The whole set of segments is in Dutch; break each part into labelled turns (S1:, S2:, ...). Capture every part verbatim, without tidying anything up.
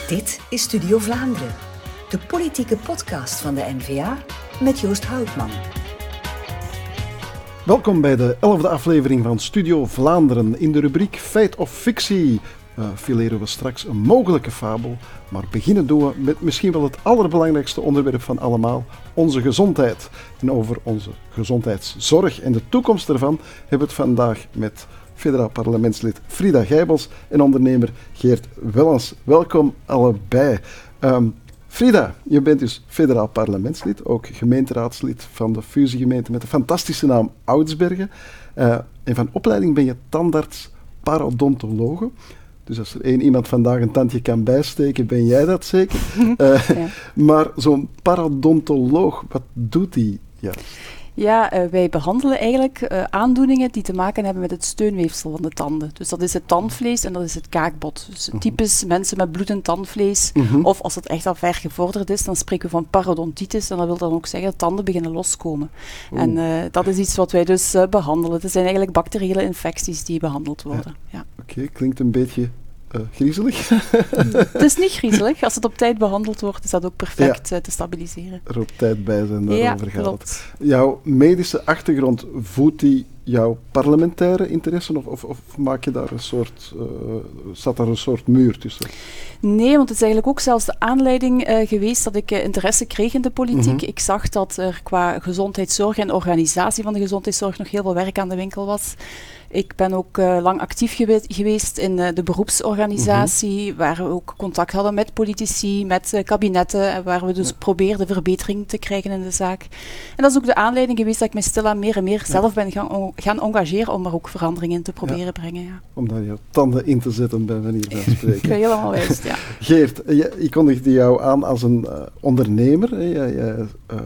S1: Dit is Studio Vlaanderen, de politieke podcast van de N V A met Joost Houtman.
S2: Welkom bij de elfde aflevering van Studio Vlaanderen. In de rubriek Feit of Fictie uh, fileren we straks een mogelijke fabel, maar beginnen doen we met misschien wel het allerbelangrijkste onderwerp van allemaal, onze gezondheid. En over onze gezondheidszorg en de toekomst ervan hebben we het vandaag met federaal parlementslid Frida Gijbels en ondernemer Geert Wellens. Welkom allebei. Um, Frida, je bent dus federaal parlementslid, ook gemeenteraadslid van de fusiegemeente met de fantastische naam Oudsbergen. Uh, en van opleiding ben je tandarts parodontologe. Dus als er één iemand vandaag een tandje kan bijsteken, ben jij dat zeker. Uh, ja. Maar zo'n parodontoloog, wat doet die juist?
S3: Ja, uh, wij behandelen eigenlijk uh, aandoeningen die te maken hebben met het steunweefsel van de tanden. Dus dat is het tandvlees en dat is het kaakbot. Dus uh-huh. typisch mensen met bloedend tandvlees, uh-huh. of als het echt al ver gevorderd is, dan spreken we van parodontitis en dat wil dan ook zeggen dat tanden beginnen loskomen. Uh. En uh, dat is iets wat wij dus uh, behandelen. Het zijn eigenlijk bacteriële infecties die behandeld worden. Ja. Ja.
S2: Oké, okay, klinkt een beetje Uh, griezelig.
S3: Het is niet griezelig. Als het op tijd behandeld wordt, is dat ook perfect ja. uh, te stabiliseren.
S2: Er op tijd bij zijn, daarover
S3: ja,
S2: gaat
S3: klopt.
S2: het. Jouw medische achtergrond, voedt die jouw parlementaire interesse of, of, of maak je daar een soort, uh, staat daar een soort muur tussen?
S3: Nee, want het is eigenlijk ook zelfs de aanleiding uh, geweest dat ik uh, interesse kreeg in de politiek. Mm-hmm. Ik zag dat er qua gezondheidszorg en organisatie van de gezondheidszorg nog heel veel werk aan de winkel was. Ik ben ook uh, lang actief gewe- geweest in uh, de beroepsorganisatie, mm-hmm. waar we ook contact hadden met politici, met uh, kabinetten, en waar we dus ja. probeerden verbetering te krijgen in de zaak. En dat is ook de aanleiding geweest dat ik mij stilaan meer en meer ja. zelf ben gaan, on- gaan engageren om er ook veranderingen in te proberen ja. brengen. Ja.
S2: Om daar jouw tanden in te zetten, bij manier van spreken.
S3: Ik ben helemaal wijs, ja.
S2: Geert, je, je kondigde jou aan als een uh, ondernemer. Hè? Je, je uh,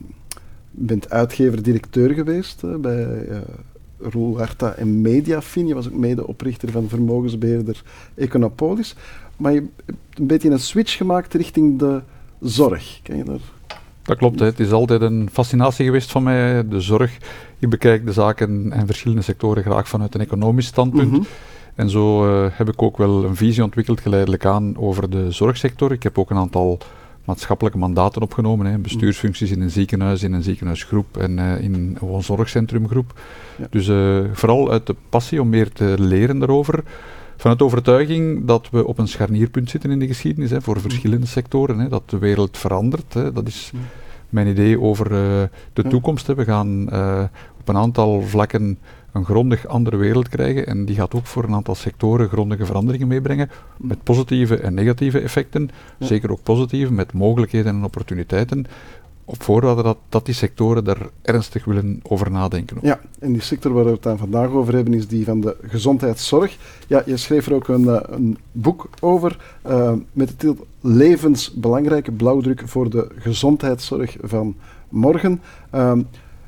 S2: bent uitgever-directeur geweest uh, bij Uh, Roel Harta en Mediafin. Je was ook medeoprichter van vermogensbeheerder Econopolis. Maar je hebt een beetje een switch gemaakt richting de zorg. Ken je daar?
S4: Dat klopt, hè. Het is altijd een fascinatie geweest van mij, de zorg. Ik bekijk de zaken en verschillende sectoren graag vanuit een economisch standpunt. Mm-hmm. En zo uh, heb ik ook wel een visie ontwikkeld geleidelijk aan over de zorgsector. Ik heb ook een aantal maatschappelijke mandaten opgenomen, hè. Bestuursfuncties in een ziekenhuis, in een ziekenhuisgroep en uh, in een woonzorgcentrumgroep. Ja. Dus uh, vooral uit de passie om meer te leren daarover. Vanuit de overtuiging dat we op een scharnierpunt zitten in de geschiedenis, hè, voor verschillende sectoren. Hè, dat de wereld verandert. Hè. Dat is mijn idee over uh, de toekomst. Hè. We gaan uh, op een aantal vlakken een grondig andere wereld krijgen en die gaat ook voor een aantal sectoren grondige veranderingen meebrengen, met positieve en negatieve effecten, ja. zeker ook positieve, met mogelijkheden en opportuniteiten, op voorwaarde dat, dat die sectoren daar ernstig willen over nadenken.
S2: Ja, en die sector waar we het dan vandaag over hebben is die van de gezondheidszorg. Ja, je schreef er ook een, uh, een boek over uh, met de titel Levensbelangrijke blauwdruk voor de gezondheidszorg van morgen. Um,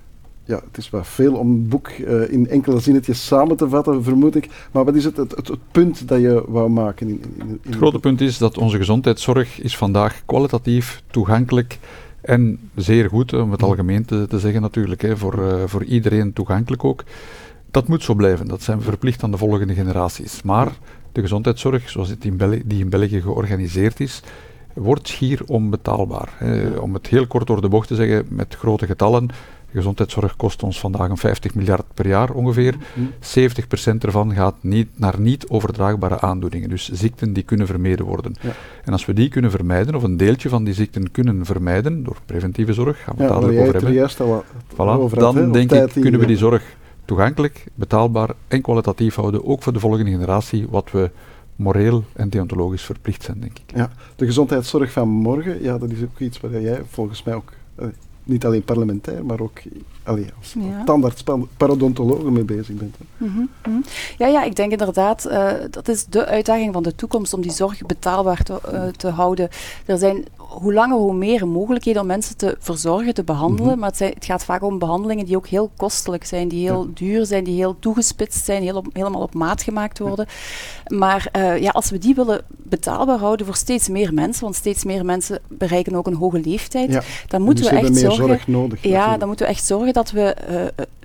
S2: Ja, het is wel veel om een boek uh, in enkele zinnetjes samen te vatten, vermoed ik. Maar wat is het, het, het, het punt dat je wou maken? In, in, in
S4: het grote punt is dat onze gezondheidszorg is vandaag kwalitatief, toegankelijk en zeer goed, om het algemeen te, te zeggen natuurlijk, hè, voor, uh, voor iedereen toegankelijk ook. Dat moet zo blijven, dat zijn we verplicht aan de volgende generaties. Maar de gezondheidszorg, zoals het in Bel- die in België georganiseerd is, wordt schier onbetaalbaar. Hè. Om het heel kort door de bocht te zeggen, met grote getallen. De gezondheidszorg kost ons vandaag een vijftig miljard per jaar ongeveer. Mm-hmm. zeventig procent ervan gaat niet naar niet overdraagbare aandoeningen. Dus ziekten die kunnen vermeden worden. Ja. En als we die kunnen vermijden, of een deeltje van die ziekten kunnen vermijden, door preventieve zorg, gaan we het ja, dadelijk over hebben.
S2: Juist al
S4: voilà, over dan het, denk ik, kunnen we die zorg toegankelijk, betaalbaar en kwalitatief houden, ook voor de volgende generatie, wat we moreel en deontologisch verplicht zijn, denk ik.
S2: Ja, de gezondheidszorg van morgen, ja, dat is ook iets waar jij volgens mij ook Uh, niet alleen parlementair, maar ook allee, als ja. tandarts, parodontologen mee bezig bent.
S3: Mm-hmm, mm-hmm. Ja, ja, ik denk inderdaad, uh, dat is de uitdaging van de toekomst, om die zorg betaalbaar te, uh, te houden. Er zijn hoe langer hoe meer mogelijkheden om mensen te verzorgen, te behandelen, mm-hmm. maar het, zijn, het gaat vaak om behandelingen die ook heel kostelijk zijn, die heel ja. duur zijn, die heel toegespitst zijn, heel op, helemaal op maat gemaakt worden. Ja. Maar uh, ja, als we die willen betaalbaar houden voor steeds meer mensen, want steeds meer mensen bereiken ook een hoge leeftijd,
S2: ja.
S3: dan moeten
S2: dus
S3: we echt
S2: meer
S3: zorgen,
S2: zorg nodig.
S3: Ja, dan moeten we echt zorgen dat we uh,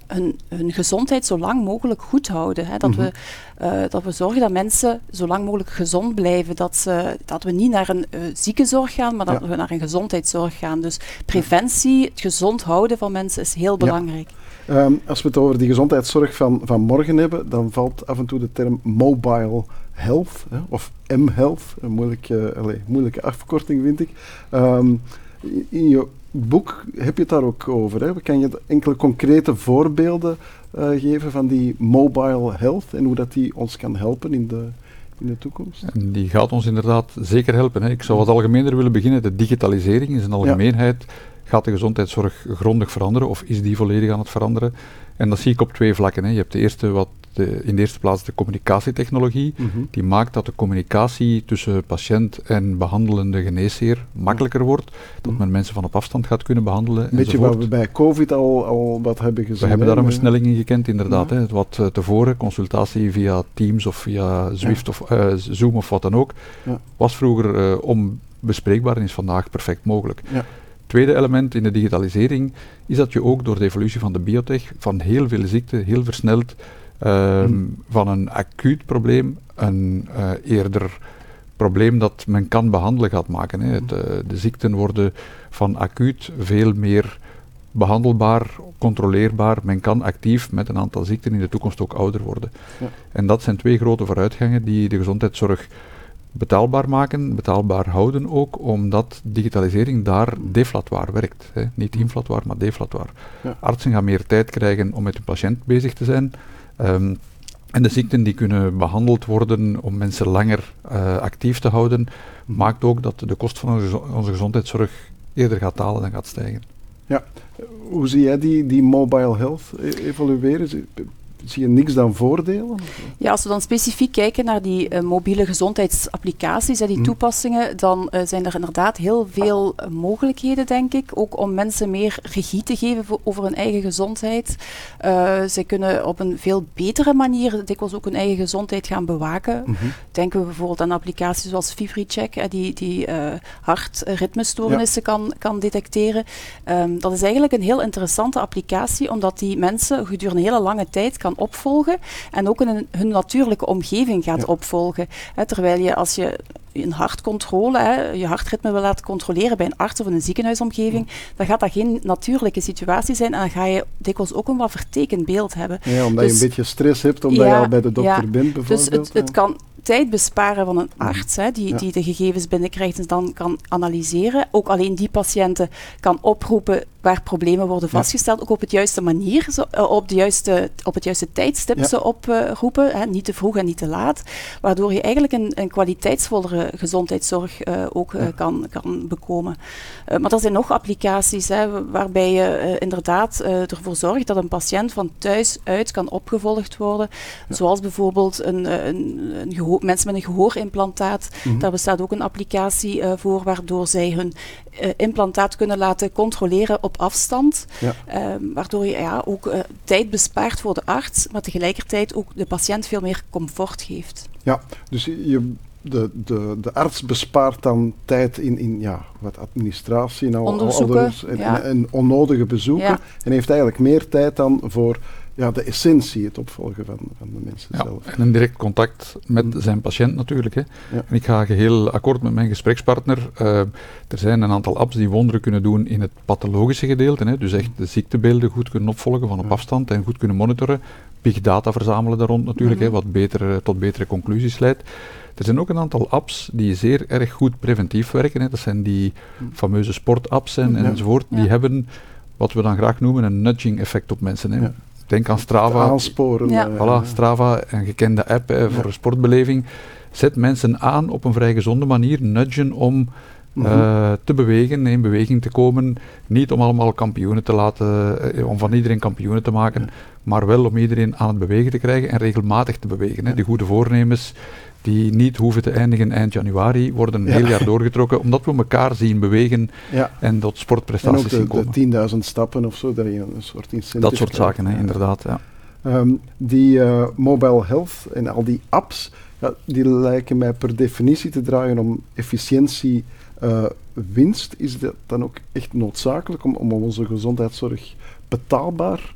S3: hun, hun gezondheid zo lang mogelijk goed houden. Hè? Dat, mm-hmm. we, uh, dat we zorgen dat mensen zo lang mogelijk gezond blijven. Dat, ze, dat we niet naar een uh, ziekenzorg gaan, maar dat ja. we naar een gezondheidszorg gaan. Dus preventie, het gezond houden van mensen is heel belangrijk.
S2: Ja. Um, als we het over die gezondheidszorg van, van morgen hebben, dan valt af en toe de term mobile health, hè, of M-health, een moeilijke, allez, moeilijke afkorting vind ik. Um, in je boek heb je het daar ook over. Hè? Kan je enkele concrete voorbeelden uh, geven van die mobile health en hoe dat die ons kan helpen in de, in de toekomst?
S4: En die gaat ons inderdaad zeker helpen. Hè. Ik zou wat algemener willen beginnen. De digitalisering in zijn algemeenheid ja. gaat de gezondheidszorg grondig veranderen of is die volledig aan het veranderen. En dat zie ik op twee vlakken. Hè. Je hebt de eerste wat de, in de eerste plaats de communicatietechnologie. Mm-hmm. Die maakt dat de communicatie tussen patiënt en behandelende geneesheer makkelijker wordt. Dat mm-hmm. men mensen van op afstand gaat kunnen behandelen.
S2: Een beetje wat we bij COVID al, al wat hebben gezien.
S4: We hebben daar een versnelling in gekend, inderdaad. Ja. Hè. Wat uh, tevoren, consultatie via Teams of via Zwift ja. of uh, Zoom of wat dan ook, ja. was vroeger uh, onbespreekbaar en is vandaag perfect mogelijk. Ja. Tweede element in de digitalisering is dat je ook door de evolutie van de biotech van heel veel ziekten heel versneld uh, mm. van een acuut probleem een uh, eerder probleem dat men kan behandelen gaat maken. Hè. Het, uh, de ziekten worden van acuut veel meer behandelbaar, controleerbaar. Men kan actief met een aantal ziekten in de toekomst ook ouder worden. Ja. En dat zijn twee grote vooruitgangen die de gezondheidszorg betaalbaar maken, betaalbaar houden ook, omdat digitalisering daar deflatoir werkt. Hè. Niet inflatoir, maar deflatoir. Ja. Artsen gaan meer tijd krijgen om met hun patiënt bezig te zijn. Um, en de ziekten die kunnen behandeld worden om mensen langer uh, actief te houden, mm. maakt ook dat de kost van onze, onze gezondheidszorg eerder gaat dalen dan gaat stijgen.
S2: Ja, hoe zie jij die, die mobile health evolueren? Zie je niks dan voordelen?
S3: Ja, als we dan specifiek kijken naar die uh, mobiele gezondheidsapplicaties en die mm. toepassingen, dan uh, zijn er inderdaad heel veel uh, mogelijkheden, denk ik, ook om mensen meer regie te geven vo- over hun eigen gezondheid. Uh, zij kunnen op een veel betere manier dikwijls ook hun eigen gezondheid gaan bewaken. Mm-hmm. Denken we bijvoorbeeld aan applicaties zoals FeveryCheck, uh, die, die uh, hartritmestoornissen ja. kan, kan detecteren. Um, dat is eigenlijk een heel interessante applicatie, omdat die mensen gedurende een hele lange tijd kan opvolgen en ook in hun, hun natuurlijke omgeving gaat ja. opvolgen. Hè, terwijl je als je een hartcontrole, hè, je hartritme wil laten controleren bij een arts of in een ziekenhuisomgeving, ja. dan gaat dat geen natuurlijke situatie zijn en dan ga je dikwijls ook een wat vertekend beeld hebben.
S2: Ja, omdat dus, je een beetje stress hebt, omdat ja, je al bij de dokter ja, bent bijvoorbeeld.
S3: Dus het, het kan tijd besparen van een arts, hè, die, ja. die de gegevens binnenkrijgt en dan kan analyseren. Ook alleen die patiënten kan oproepen waar problemen worden vastgesteld, ja. ook op het juiste manier, zo, uh, op, de juiste, op het juiste tijdstip ja. ze oproepen, uh, niet te vroeg en niet te laat, waardoor je eigenlijk een, een kwaliteitsvollere gezondheidszorg uh, ook uh, ja. kan, kan bekomen. Uh, maar er zijn nog applicaties hè, waarbij je uh, inderdaad uh, ervoor zorgt dat een patiënt van thuis uit kan opgevolgd worden, ja. zoals bijvoorbeeld een, een, een gehoor, mensen met een gehoorimplantaat. Mm-hmm. Daar bestaat ook een applicatie uh, voor, waardoor zij hun uh, implantaat kunnen laten controleren op afstand, ja. uh, waardoor je ja, ook uh, tijd bespaart voor de arts, maar tegelijkertijd ook de patiënt veel meer comfort geeft.
S2: Ja, dus je, de, de, de arts bespaart dan tijd in, in ja, wat administratie en, al,
S3: onderzoeken,
S2: al, al, en, ja. en, en onnodige bezoeken ja. en heeft eigenlijk meer tijd dan voor ja, de essentie, het opvolgen van, van de mensen
S4: ja,
S2: zelf.
S4: En een direct contact met mm. zijn patiënt natuurlijk. Hè. Ja. En ik ga geheel akkoord met mijn gesprekspartner. Uh, er zijn een aantal apps die wonderen kunnen doen in het pathologische gedeelte. Hè. Dus echt de ziektebeelden goed kunnen opvolgen van op ja. afstand en goed kunnen monitoren. Big data verzamelen daar rond natuurlijk, mm-hmm. hè, wat beter, tot betere conclusies leidt. Er zijn ook een aantal apps die zeer erg goed preventief werken. Hè. Dat zijn die mm. fameuze sportapps en, ja. enzovoort. Die ja. hebben wat we dan graag noemen een nudging effect op mensen. Hè. Ja. Denk aan Strava.
S2: Aansporen.
S3: Ja.
S4: Voilà, Strava, een gekende app hè, voor ja. sportbeleving. Zet mensen aan op een vrij gezonde manier, nudgen om mm-hmm. uh, te bewegen, in beweging te komen. Niet om allemaal kampioenen te laten, uh, om van iedereen kampioenen te maken, ja. maar wel om iedereen aan het bewegen te krijgen en regelmatig te bewegen. Ja. Hè. De goede voornemens die niet hoeven te eindigen eind januari, worden een ja. heel jaar doorgetrokken, omdat we elkaar zien bewegen ja. en tot sportprestaties zien komen.
S2: En ook de, de tienduizend stappen of zo, dat je een soort incentive
S4: Dat soort zaken, hè, ja. inderdaad. Ja.
S2: Um, die uh, mobile health en al die apps, ja, die lijken mij per definitie te draaien om efficiëntie, uh, winst. Is dat dan ook echt noodzakelijk om, om onze gezondheidszorg betaalbaar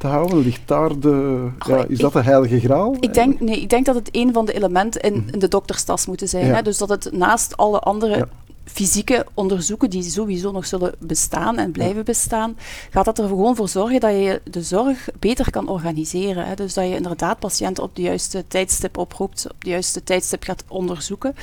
S2: te houden? Ligt daar de,
S3: Goh,
S2: ja, is
S3: ik,
S2: dat de heilige graal?
S3: Ik denk, nee, ik denk dat het een van de elementen in, in de dokterstas moeten zijn.
S2: Ja.
S3: Hè? Dus dat het naast alle andere
S2: Ja.
S3: fysieke onderzoeken die sowieso nog zullen bestaan en blijven ja. bestaan, gaat dat er gewoon voor zorgen dat je de zorg beter kan organiseren. Hè? Dus dat je inderdaad patiënten op de juiste tijdstip oproept, op de juiste tijdstip gaat onderzoeken.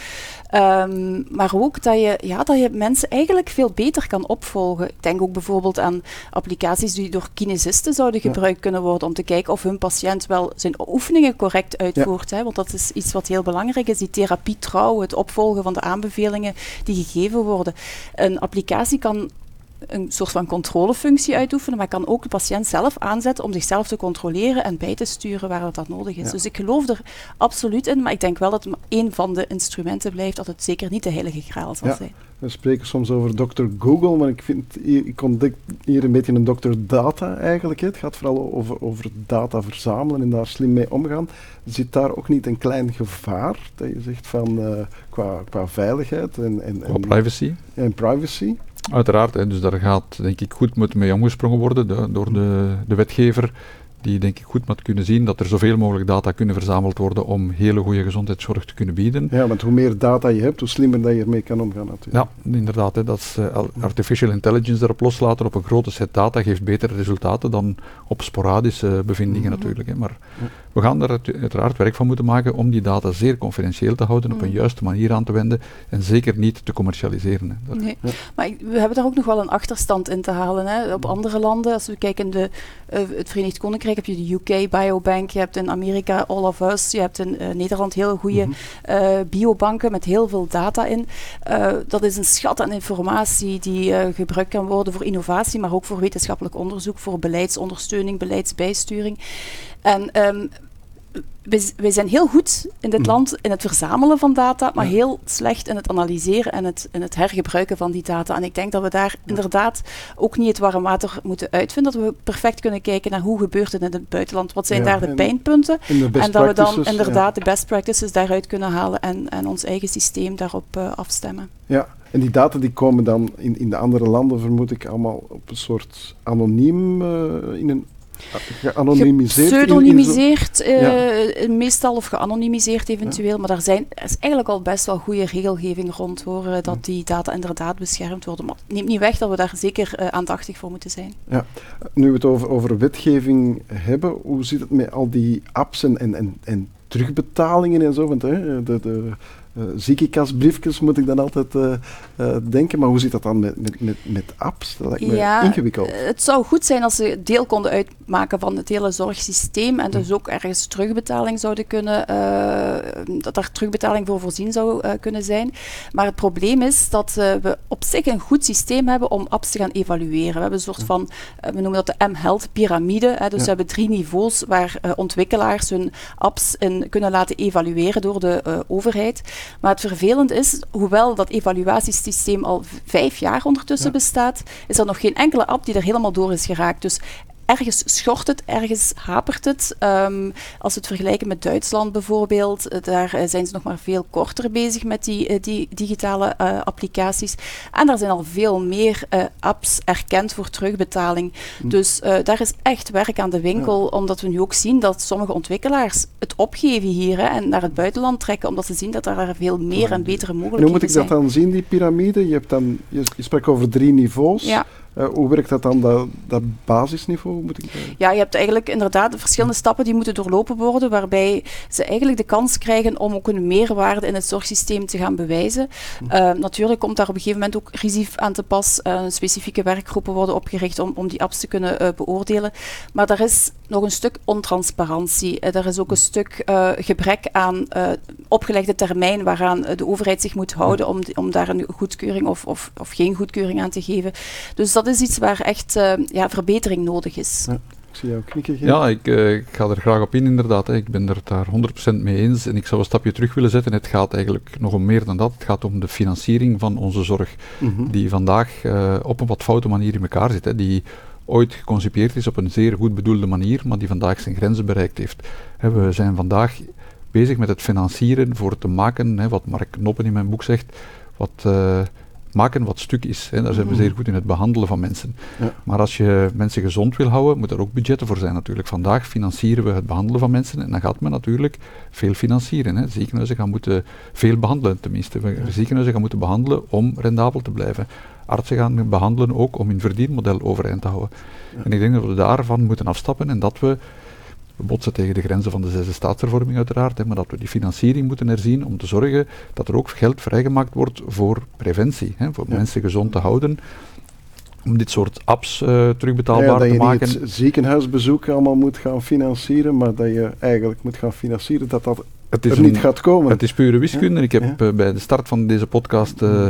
S3: Um, maar ook dat je, ja, dat je mensen eigenlijk veel beter kan opvolgen. Ik denk ook bijvoorbeeld aan applicaties die door kinesisten zouden ja. gebruikt kunnen worden om te kijken of hun patiënt wel zijn oefeningen correct uitvoert. Ja. Hè? Want dat is iets wat heel belangrijk is, die therapie trouw, het opvolgen van de aanbevelingen die gegeven worden. Een applicatie kan een soort van controlefunctie uitoefenen, maar kan ook de patiënt zelf aanzetten om zichzelf te controleren en bij te sturen waar dat nodig is. Ja. Dus ik geloof er absoluut in, maar ik denk wel dat het een van de instrumenten blijft, dat het zeker niet de heilige graal zal ja. zijn.
S2: We spreken soms over dokter Google, maar ik vind, ik ontdek hier een beetje een dokter Data eigenlijk. Hè. Het gaat vooral over, over data verzamelen en daar slim mee omgaan. Zit daar ook niet een klein gevaar, dat je zegt van uh, qua, qua veiligheid en, en,
S4: en privacy?
S2: En privacy.
S4: Uiteraard, hè, dus daar gaat denk ik goed moet mee omgesprongen worden de, door de, de wetgever, die denk ik goed moet kunnen zien dat er zoveel mogelijk data kunnen verzameld worden om hele goede gezondheidszorg te kunnen bieden.
S2: Ja, want hoe meer data je hebt, hoe slimmer dat je ermee kan omgaan natuurlijk.
S4: Ja, inderdaad. Hè, dat is, uh, artificial intelligence daarop loslaten op een grote set data geeft betere resultaten dan op sporadische bevindingen mm-hmm. natuurlijk. Hè, maar ja. we gaan er uiteraard werk van moeten maken om die data zeer confidentieel te houden, mm. op een juiste manier aan te wenden en zeker niet te commercialiseren. Hè.
S3: Nee, ja. maar ik, we hebben daar ook nog wel een achterstand in te halen. Hè. Op andere landen, als we kijken in de, uh, het Verenigd Koninkrijk, heb je de U K Biobank, je hebt in Amerika All of Us, je hebt in uh, Nederland heel goede mm-hmm. uh, biobanken met heel veel data in. Uh, dat is een schat aan informatie die uh, gebruikt kan worden voor innovatie, maar ook voor wetenschappelijk onderzoek, voor beleidsondersteuning, beleidsbijsturing. En um, wij, wij zijn heel goed in dit mm. land in het verzamelen van data, maar ja. heel slecht in het analyseren en het, in het hergebruiken van die data. En ik denk dat we daar ja. inderdaad ook niet het warm water moeten uitvinden, dat we perfect kunnen kijken naar hoe gebeurt het in het buitenland, wat zijn ja, daar de en, pijnpunten
S2: en,
S3: en dat we dan inderdaad ja. de best practices daaruit kunnen halen en, en ons eigen systeem daarop uh, afstemmen.
S2: Ja, en die data die komen dan in, in de andere landen, vermoed ik, allemaal op een soort anoniem uh, in een geanonimiseerd.
S3: Gepseudonymiseerd, uh, ja. meestal, of geanonimiseerd eventueel, ja. maar daar zijn, er is eigenlijk al best wel goede regelgeving rond, hoor, uh, dat ja. die data inderdaad beschermd worden. Maar het neemt niet weg dat we daar zeker uh, aandachtig voor moeten zijn.
S2: Ja. Nu we het over, over wetgeving hebben, hoe zit het met al die apps en, en, en, en terugbetalingen en zo? Want hè, de... de Uh, ziekenkastbriefjes moet ik dan altijd uh, uh, denken, maar hoe zit dat dan met, met, met, met apps? Dat lijkt me
S3: ja,
S2: ingewikkeld.
S3: Het zou goed zijn als ze deel konden uitmaken van het hele zorgsysteem en dus ook ergens terugbetaling zouden kunnen, uh, dat daar terugbetaling voor voorzien zou uh, kunnen zijn. Maar het probleem is dat uh, we op zich een goed systeem hebben om apps te gaan evalueren. We hebben een soort van, uh, we noemen dat de mHealth piramide, hè, dus ja. we hebben drie niveaus waar uh, ontwikkelaars hun apps in kunnen laten evalueren door de uh, overheid. Maar het vervelend is, hoewel dat evaluatiesysteem al v- vijf jaar ondertussen ja. bestaat, is er nog geen enkele app die er helemaal door is geraakt. Dus ergens schort het, ergens hapert het. Um, als we het vergelijken met Duitsland bijvoorbeeld, daar uh, zijn ze nog maar veel korter bezig met die, uh, die digitale uh, applicaties. En daar zijn al veel meer uh, apps erkend voor terugbetaling. Hm. Dus uh, daar is echt werk aan de winkel, ja. omdat we nu ook zien dat sommige ontwikkelaars het opgeven hier hè, en naar het buitenland trekken, omdat ze zien dat daar veel meer en betere mogelijkheden zijn.
S2: En hoe moet ik dat dan zien, die piramide? Je, hebt dan, je, je sprak over drie niveaus.
S3: Ja.
S2: Uh, hoe werkt dat dan, dat, dat basisniveau? Moet ik zeggen?
S3: Ja, je hebt eigenlijk inderdaad verschillende stappen die moeten doorlopen worden, waarbij ze eigenlijk de kans krijgen om ook een meerwaarde in het zorgsysteem te gaan bewijzen. Uh, natuurlijk komt daar op een gegeven moment ook RISIF aan te pas. Uh, specifieke werkgroepen worden opgericht om, om die apps te kunnen uh, beoordelen. Maar daar is nog een stuk ontransparantie. Uh, er is ook een stuk uh, gebrek aan uh, opgelegde termijn waaraan uh, de overheid zich moet houden om, om daar een goedkeuring of, of, of geen goedkeuring aan te geven. Dus dat is iets waar echt uh, ja, verbetering nodig is.
S2: Ja, ik zie jou knikken. Geen...
S4: Ja, ik, uh, ik ga er graag op in inderdaad. Hè. Ik ben er daar honderd procent mee eens en ik zou een stapje terug willen zetten. Het gaat eigenlijk nog om meer dan dat. Het gaat om de financiering van onze zorg, mm-hmm. die vandaag uh, op een wat foute manier in elkaar zit. Hè. Die ooit geconcipeerd is op een zeer goed bedoelde manier, maar die vandaag zijn grenzen bereikt heeft. Hè, we zijn vandaag bezig met het financieren voor te maken, hè, wat Mark Noppen in mijn boek zegt, wat... Uh, maken wat stuk is. Hè. Daar zijn we zeer goed in het behandelen van mensen.
S2: Ja.
S4: Maar als je mensen gezond wil houden, moet er ook budgetten voor zijn natuurlijk. Vandaag financieren we het behandelen van mensen en dan gaat men natuurlijk veel financieren. Hè. Ziekenhuizen gaan moeten veel behandelen, tenminste. We,
S2: Ja.
S4: Ziekenhuizen gaan moeten behandelen om rendabel te blijven. Artsen gaan behandelen ook om hun verdienmodel overeind te houden.
S2: Ja.
S4: En ik denk dat we daarvan moeten afstappen en dat we We botsen tegen de grenzen van de zesde staatshervorming uiteraard, hè, maar dat we die financiering moeten herzien om te zorgen dat er ook geld vrijgemaakt wordt voor preventie, hè, voor
S2: ja.
S4: mensen gezond te houden, om dit soort apps uh, terugbetaalbaar
S2: ja, ja,
S4: te maken.
S2: Dat je niet het ziekenhuisbezoek allemaal moet gaan financieren, maar dat je eigenlijk moet gaan financieren dat dat
S4: het is
S2: er niet
S4: een,
S2: gaat komen.
S4: Het is pure wiskunde.
S2: Ja,
S4: Ik heb
S2: ja.
S4: uh, bij de start van deze podcast uh,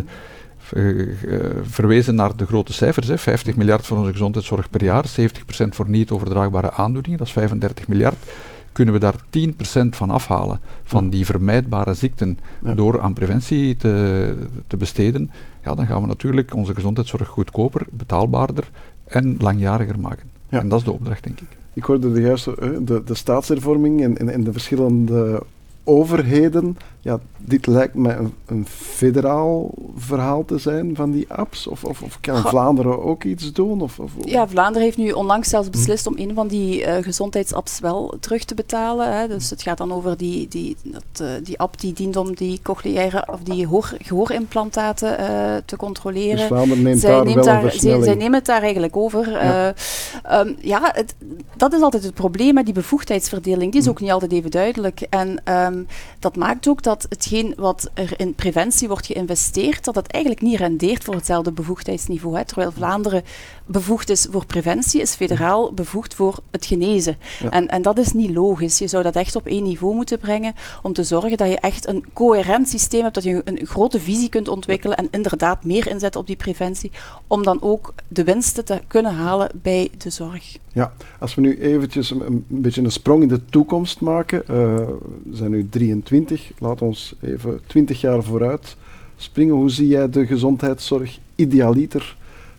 S4: Uh, uh, verwezen naar de grote cijfers. Hè. vijftig miljard voor onze gezondheidszorg per jaar, zeventig procent voor niet overdraagbare aandoeningen, dat is vijfendertig miljard. Kunnen we daar tien procent van afhalen, van
S2: ja.
S4: die vermijdbare ziekten,
S2: ja.
S4: door aan preventie te, te besteden, ja, dan gaan we natuurlijk onze gezondheidszorg goedkoper, betaalbaarder en langjariger maken.
S2: Ja.
S4: En dat is de opdracht, denk ik.
S2: Ik hoorde de juiste, de, de staatshervorming en, en, en de verschillende overheden. Ja, dit lijkt mij een, een federaal verhaal te zijn van die apps. Of, of, of kan
S3: Ga-
S2: Vlaanderen ook iets doen? Of, of,
S3: Ja, Vlaanderen heeft nu onlangs zelfs beslist om een van die uh, gezondheidsapps wel terug te betalen. Hè. Dus het gaat dan over die, die, dat, uh, die app die dient om die cochleaire of die hoor, gehoorimplantaten uh, te controleren.
S2: Dus Vlaanderen neemt
S3: zij
S2: daar
S3: neemt
S2: wel
S3: daar,
S2: een
S3: zij,
S2: versnelling.
S3: zij nemen het daar eigenlijk over.
S2: Ja.
S3: Uh, um, ja, het, dat is altijd het probleem met die bevoegdheidsverdeling. Die is ook niet altijd even duidelijk. En um, dat maakt ook dat hetgeen wat er in preventie wordt geïnvesteerd, dat het eigenlijk niet rendeert voor hetzelfde bevoegdheidsniveau. Hè. Terwijl Vlaanderen bevoegd is voor preventie, is federaal bevoegd voor het genezen.
S2: Ja.
S3: En, en dat is niet logisch. Je zou dat echt op één niveau moeten brengen om te zorgen dat je echt een coherent systeem hebt, dat je een grote visie kunt ontwikkelen en inderdaad meer inzetten op die preventie, om dan ook de winsten te kunnen halen bij de zorg.
S2: Ja, als we nu eventjes een, een beetje een sprong in de toekomst maken. Uh, we zijn nu drieëntwintig, laat ons even twintig jaar vooruit springen. Hoe zie jij de gezondheidszorg idealiter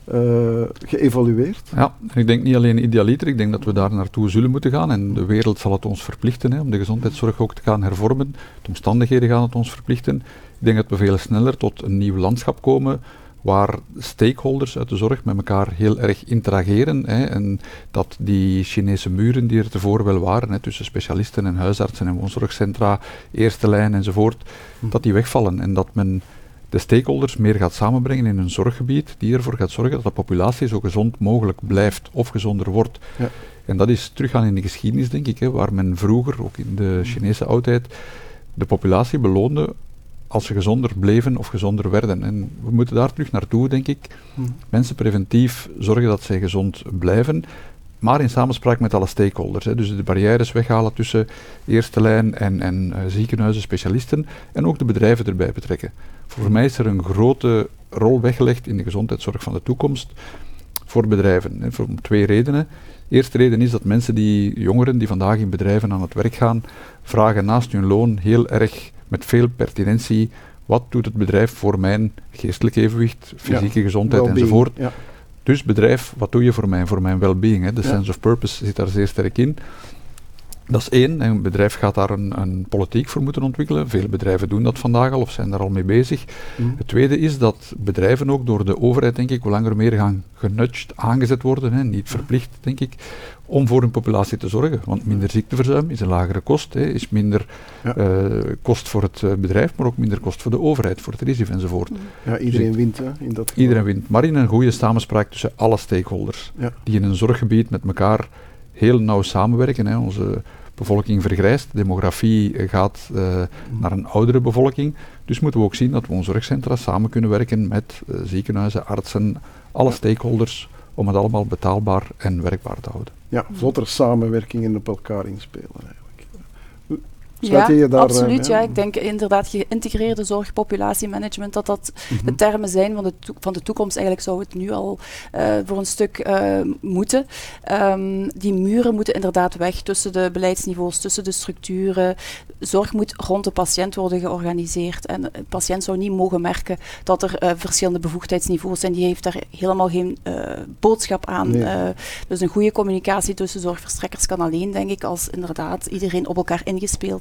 S2: uh, geëvolueerd?
S4: Ja, ik denk niet alleen idealiter, ik denk dat we daar naartoe zullen moeten gaan en de wereld zal het ons verplichten, hè, om de gezondheidszorg ook te gaan hervormen. De omstandigheden gaan het ons verplichten. Ik denk dat we veel sneller tot een nieuw landschap komen waar stakeholders uit de zorg met elkaar heel erg interageren, hè, en dat die Chinese muren die er tevoren wel waren, hè, tussen specialisten en huisartsen en woonzorgcentra, eerste lijn enzovoort, hm. dat die wegvallen en dat men de stakeholders meer gaat samenbrengen in een zorggebied die ervoor gaat zorgen dat de populatie zo gezond mogelijk blijft of gezonder wordt. Ja. En dat is teruggaan in de geschiedenis, denk ik, hè, waar men vroeger, ook in de Chinese oudheid, de populatie beloonde als ze gezonder bleven of gezonder werden. En we moeten daar terug naartoe, denk ik. Hmm. Mensen preventief zorgen dat zij gezond blijven, maar in samenspraak met alle stakeholders. Hè. Dus de barrières weghalen tussen eerste lijn en, en uh, ziekenhuizen, specialisten, en ook de bedrijven erbij betrekken. Voor hmm. mij is er een grote rol weggelegd in de gezondheidszorg van de toekomst voor bedrijven. Hè, voor om twee redenen. De eerste reden is dat mensen, die jongeren die vandaag in bedrijven aan het werk gaan, vragen naast hun loon heel erg met veel pertinentie, wat doet het bedrijf voor mijn geestelijk evenwicht, fysieke ja, gezondheid well-being, enzovoort. Ja. Dus bedrijf, wat doe je voor mij, voor mijn well-being? Hè? De ja. sense of purpose zit daar zeer sterk in. Dat is één, een bedrijf gaat daar een, een politiek voor moeten ontwikkelen. Veel bedrijven doen dat vandaag al of zijn daar al mee bezig. Mm. Het tweede is dat bedrijven ook door de overheid, denk ik, hoe langer hoe meer gaan genudged, aangezet worden, hè, niet verplicht, denk ik, om voor hun populatie te zorgen. Want minder ziekteverzuim is een lagere kost, hè, is minder ja. uh, kost voor het uh, bedrijf, maar ook minder kost voor de overheid, voor het R I S I F enzovoort.
S2: Ja, iedereen dus wint, hè, in dat geval.
S4: Iedereen wint, maar in een goede samenspraak tussen alle stakeholders, ja. die in een zorggebied met elkaar heel nauw samenwerken. Hè. Onze bevolking vergrijst, de demografie gaat uh, mm. naar een oudere bevolking. Dus moeten we ook zien dat we onze zorgcentra samen kunnen werken met uh, ziekenhuizen, artsen, alle ja. stakeholders, om het allemaal betaalbaar en werkbaar te houden.
S2: Ja, vlotter samenwerkingen op elkaar inspelen eigenlijk.
S3: Ja, je daar, absoluut. Uh, ja. Ja. Ik denk inderdaad geïntegreerde zorg, populatiemanagement, dat dat mm-hmm. de termen zijn van de, to- van de toekomst. Eigenlijk zou het nu al uh, voor een stuk uh, moeten. Um, die muren moeten inderdaad weg tussen de beleidsniveaus, tussen de structuren. Zorg moet rond de patiënt worden georganiseerd. En de patiënt zou niet mogen merken dat er uh, verschillende bevoegdheidsniveaus zijn. Die heeft daar helemaal geen uh, boodschap aan. Nee. Uh, dus een goede communicatie tussen zorgverstrekkers kan alleen, denk ik, als inderdaad iedereen op elkaar ingespeeld is.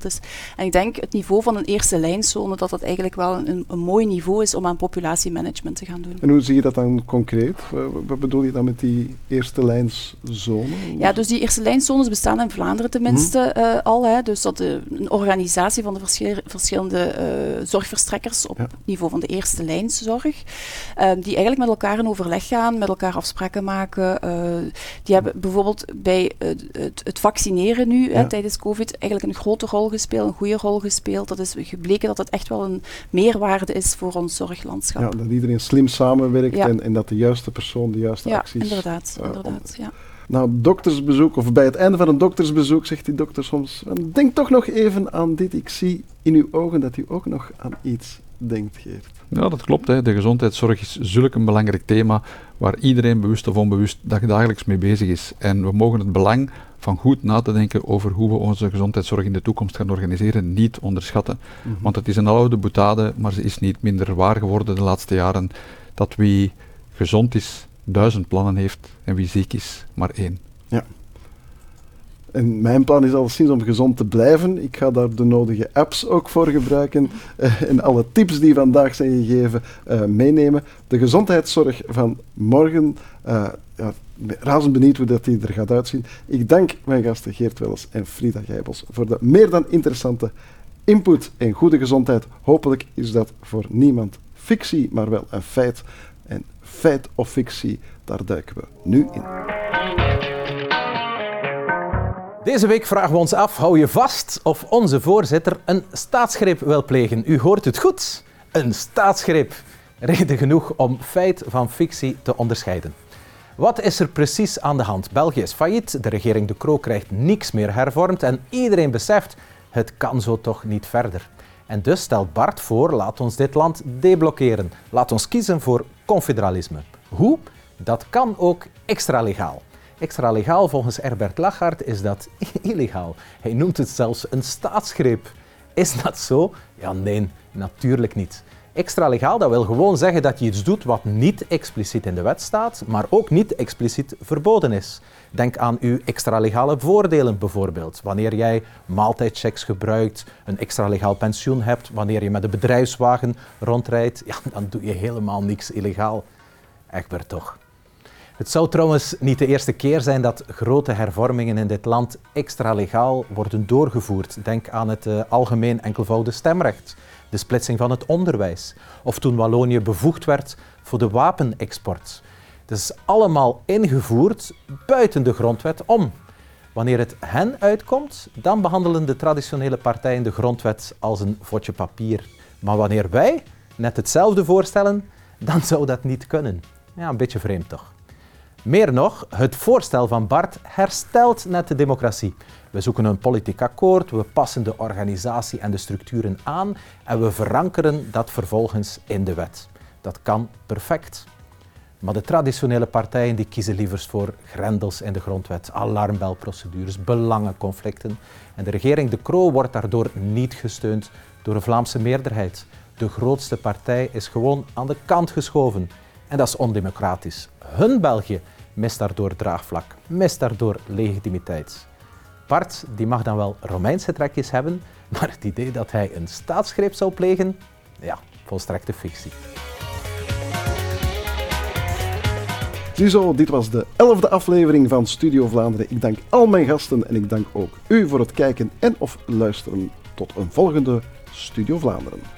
S3: is. En ik denk het niveau van een eerste lijnzone, dat dat eigenlijk wel een, een mooi niveau is om aan populatiemanagement te gaan doen.
S2: En hoe zie je dat dan concreet? Wat bedoel je dan met die eerste lijnszone?
S3: Ja, dus die eerste lijnzones bestaan in Vlaanderen tenminste hmm. uh, al. Hè, dus dat uh, een organisatie van de verschil, verschillende uh, zorgverstrekkers op ja. niveau van de eerste lijnzorg, uh, die eigenlijk met elkaar in overleg gaan, met elkaar afspraken maken. Uh, die hebben bijvoorbeeld bij uh, het, het vaccineren nu, ja. hè, tijdens COVID, eigenlijk een grote rol gespeeld, een goede rol gespeeld. Dat is gebleken dat het echt wel een meerwaarde is voor ons zorglandschap.
S2: Ja, dat iedereen slim samenwerkt ja. en, en dat de juiste persoon de juiste
S3: ja,
S2: acties...
S3: Inderdaad,
S2: Uh,
S3: inderdaad, ja.
S2: Na een doktersbezoek, of bij het einde van een doktersbezoek, zegt die dokter soms, denk toch nog even aan dit. Ik zie in uw ogen dat u ook nog aan iets denkt, Geert.
S4: Ja, dat klopt. Hè. De gezondheidszorg is zulk een belangrijk thema waar iedereen bewust of onbewust dagelijks mee bezig is. En we mogen het belang van goed na te denken over hoe we onze gezondheidszorg in de toekomst gaan organiseren niet onderschatten. Mm-hmm. Want het is een aloude boutade, maar ze is niet minder waar geworden de laatste jaren, dat wie gezond is, duizend plannen heeft en wie ziek is, maar één.
S2: Ja. En mijn plan is alleszins om gezond te blijven. Ik ga daar de nodige apps ook voor gebruiken uh, en alle tips die vandaag zijn gegeven uh, meenemen. De gezondheidszorg van morgen, uh, ja, razend benieuwd hoe dat die er gaat uitzien. Ik dank mijn gasten Geert Welles en Frida Gijbels voor de meer dan interessante input en goede gezondheid. Hopelijk is dat voor niemand fictie, maar wel een feit. En feit of fictie, daar duiken we nu in.
S5: Deze week vragen we ons af, hou je vast of onze voorzitter een staatsgreep wil plegen? U hoort het goed, een staatsgreep. Reden genoeg om feit van fictie te onderscheiden. Wat is er precies aan de hand? België is failliet, de regering De Croo krijgt niks meer hervormd en iedereen beseft, het kan zo toch niet verder. En dus stelt Bart voor, laat ons dit land deblokkeren. Laat ons kiezen voor confederalisme. Hoe? Dat kan ook extra-legaal. Extra-legaal volgens Herbert Lachart is dat illegaal. Hij noemt het zelfs een staatsgreep. Is dat zo? Ja, nee, natuurlijk niet. Extra-legaal, dat wil gewoon zeggen dat je iets doet wat niet expliciet in de wet staat, maar ook niet expliciet verboden is. Denk aan uw extra-legale voordelen bijvoorbeeld. Wanneer jij maaltijdchecks gebruikt, een extra-legaal pensioen hebt, wanneer je met een bedrijfswagen rondrijdt, ja, dan doe je helemaal niks illegaal. Egbert toch. Het zou trouwens niet de eerste keer zijn dat grote hervormingen in dit land extra-legaal worden doorgevoerd. Denk aan het uh, algemeen enkelvoudig stemrecht, de splitsing van het onderwijs, of toen Wallonië bevoegd werd voor de wapenexport. Het is allemaal ingevoerd buiten de grondwet om. Wanneer het hen uitkomt, dan behandelen de traditionele partijen de grondwet als een vodje papier. Maar wanneer wij net hetzelfde voorstellen, dan zou dat niet kunnen. Ja, een beetje vreemd toch? Meer nog, het voorstel van Bart herstelt net de democratie. We zoeken een politiek akkoord, we passen de organisatie en de structuren aan en we verankeren dat vervolgens in de wet. Dat kan perfect. Maar de traditionele partijen die kiezen liever voor grendels in de grondwet, alarmbelprocedures, belangenconflicten. En de regering De Croo wordt daardoor niet gesteund door een Vlaamse meerderheid. De grootste partij is gewoon aan de kant geschoven. En dat is ondemocratisch. Hun België mist daardoor draagvlak, mist daardoor legitimiteit. Bart die mag dan wel Romeinse trekjes hebben, maar het idee dat hij een staatsgreep zou plegen, ja, volstrekte fictie.
S2: Ziezo, dit was de elfde aflevering van Studio Vlaanderen. Ik dank al mijn gasten en ik dank ook u voor het kijken en of luisteren. Tot een volgende Studio Vlaanderen.